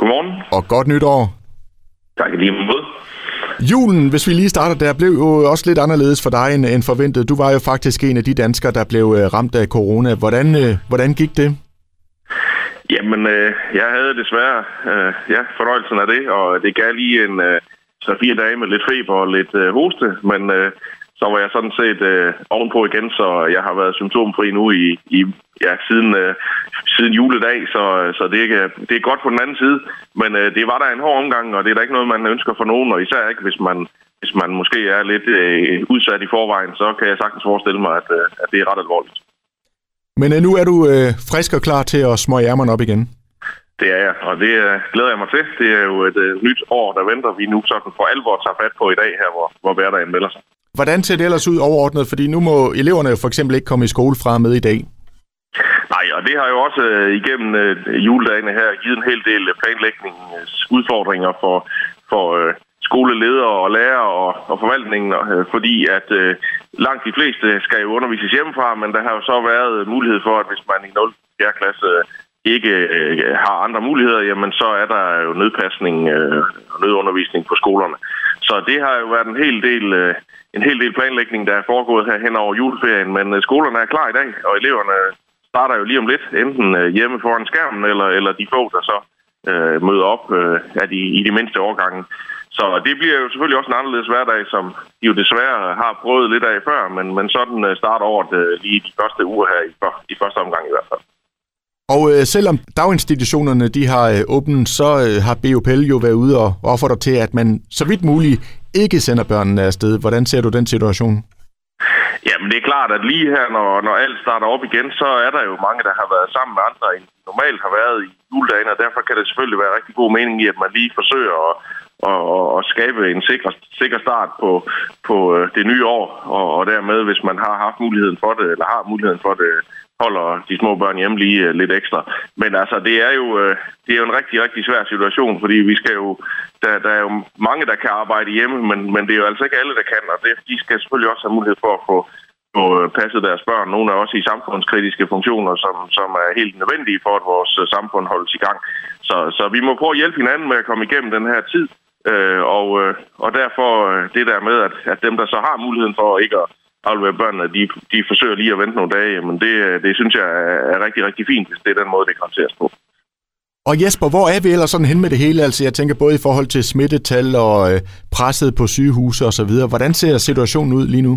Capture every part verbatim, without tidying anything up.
Godmorgen. Og godt nytår. Tak i lige måde. Julen, hvis vi lige starter der, blev jo også lidt anderledes for dig end forventet. Du var jo faktisk en af de danskere, der blev ramt af corona. Hvordan, hvordan gik det? Jamen, øh, jeg havde desværre øh, ja, fornøjelsen af det, og det gav lige en øh, tre fire dage med lidt feber og lidt øh, hoste, men øh, så var jeg sådan set øh, ovenpå igen, så jeg har været symptomfri nu i, i ja, siden, øh, siden juledag, så, så det, er, det er godt på den anden side. Men øh, det var der en hård omgang, og det er da ikke noget, man ønsker for nogen, og især ikke, hvis man, hvis man måske er lidt øh, udsat i forvejen, så kan jeg sagtens forestille mig, at, øh, at det er ret alvorligt. Men øh, nu er du øh, frisk og klar til at smøge ærmerne op igen? Det er jeg, og det øh, glæder jeg mig til. Det er jo et øh, nyt år, der venter vi nu sådan for alvor tager fat på i dag her, hvor, hvor hverdagen melder sig. Hvordan ser det ellers ud overordnet? Fordi nu må eleverne jo for eksempel ikke komme i skole fra med i dag. Nej, og det har jo også øh, igennem øh, juledagene her givet en hel del planlægningsudfordringer for, for øh, skoleledere og lærere og, og forvaltningen, øh, fordi at øh, langt de fleste skal jo undervises hjemmefra, men der har jo så været mulighed for, at hvis man i nul fjerde klasse øh, ikke øh, har andre muligheder, jamen så er der jo nødpasning øh, og nødundervisning på skolerne. Så det har jo været en hel del, øh, en hel del planlægning, der er foregået her hen over juleferien, men øh, skolerne er klar i dag, og eleverne starter jo lige om lidt, enten øh, hjemme foran skærmen, eller, eller de få, der så øh, møder op øh, af de, i de mindste årgange. Så det bliver jo selvfølgelig også en anderledes hverdag, som de jo desværre har prøvet lidt af før, men, men sådan øh, starter året øh, lige de første uger her, i, i første omgang i hvert fald. Og øh, selvom daginstitutionerne de har øh, åbent, så øh, har B O P L jo været ude og opfordret til, at man så vidt muligt ikke sender børnene afsted. Hvordan ser du den situation? Jamen det er klart, at lige her, når, når alt starter op igen, så er der jo mange, der har været sammen med andre, end normalt har været i juledagen, og derfor kan det selvfølgelig være rigtig god mening i, at man lige forsøger at, at, at skabe en sikker, sikker start på, på det nye år, og, og dermed, hvis man har haft muligheden for det, eller har muligheden for det, holder de små børn hjemme lige lidt ekstra. Men altså, det er jo, det er jo en rigtig, rigtig svær situation, fordi vi skal jo, der, der er jo mange, der kan arbejde hjemme, men, men det er jo altså ikke alle, der kan, og det, de skal selvfølgelig også have mulighed for at få, få passet deres børn. Nogle er også i samfundskritiske funktioner, som, som er helt nødvendige for, at vores samfund holdes i gang. Så, så vi må prøve at hjælpe hinanden med at komme igennem den her tid, øh, og, og derfor det der med, at, at dem, der så har muligheden for ikke at aflevere børnene, de, de forsøger lige at vente nogle dage, men det, det synes jeg er rigtig, rigtig fint, hvis det er den måde, det kan håndteres på. Og Jesper, hvor er vi ellers sådan hen med det hele? Altså, jeg tænker både i forhold til smittetal og øh, presset på sygehuse og så videre. Hvordan ser situationen ud lige nu?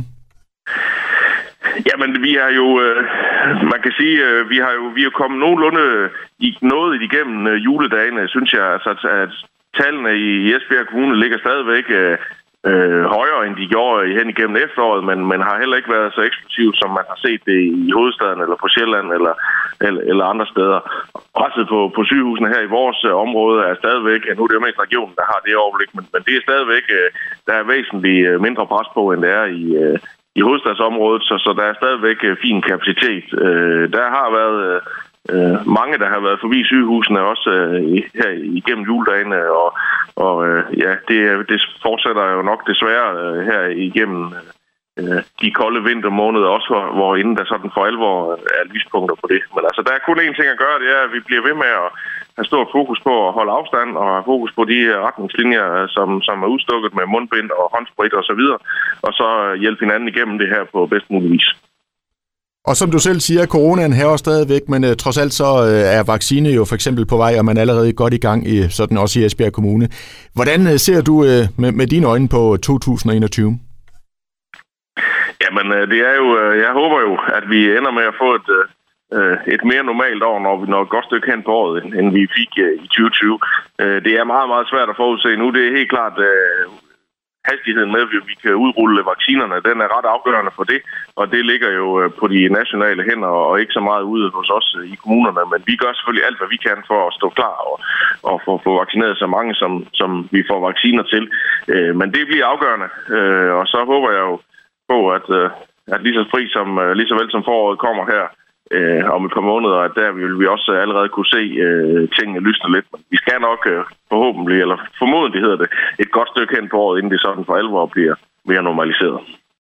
Jamen, vi er jo, øh, man kan sige, øh, vi har jo, vi er kommet nogenlunde i noget igennem øh, juledagene, synes jeg, altså, at tallene i Esbjerg Kommune ligger stadigvæk øh, Øh, højere end de gjorde hen igennem efteråret, men man har heller ikke været så eksplosivt, som man har set det i hovedstaden eller på Sjælland eller, eller, eller andre steder. Presset på, på sygehusene her i vores øh, område er stadigvæk, nu er det jo mest regionen, der har det overblik, men, men det er stadigvæk, øh, der er væsentligt øh, mindre pres på, end det er i, øh, i hovedstadsområdet, så, så der er stadigvæk øh, fin kapacitet. Øh, der har været øh, Øh, mange, der har været forbi sygehusene også øh, her igennem juledagene, og, og øh, ja, det, det fortsætter jo nok desværre øh, her igennem øh, de kolde vintermåneder også, hvor, hvor inden der sådan for alvor er lyspunkter på det. Men altså, der er kun én ting at gøre, det er, at vi bliver ved med at have stort fokus på at holde afstand, og have fokus på de retningslinjer, som, som er udstukket med mundbind og håndsprit og så videre, og så hjælpe hinanden igennem det her på bedst mulig vis. Og som du selv siger, coronaen hærger stadigvæk, men uh, trods alt så uh, er vaccine jo for eksempel på vej, og man er allerede godt i gang, i, sådan også i Esbjerg Kommune. Hvordan uh, ser du uh, med, med dine øjne på to tusind og enogtyve? Jamen, uh, det er jo, uh, jeg håber jo, at vi ender med at få et, uh, et mere normalt år, når vi når et godt stykke hen på året, end vi fik uh, i tyve tyve. Uh, det er meget, meget svært at forudse nu. Det er helt klart... Uh, hastigheden med, at vi kan udrulle vaccinerne, den er ret afgørende for det, og det ligger jo på de nationale hænder og ikke så meget ude hos os i kommunerne, men vi gør selvfølgelig alt, hvad vi kan for at stå klar og, og få, få vaccineret så mange, som, som vi får vacciner til. Men det bliver afgørende, og så håber jeg jo på, at, at lige så fri som, lige så vel som foråret kommer her, Øh, om et par måneder, at der vil vi også allerede kunne se øh, tingene lysne lidt. Men vi skal nok øh, forhåbentlig, eller formodentlig hedder det, et godt stykke hen på året, inden det sådan for alvor bliver mere normaliseret.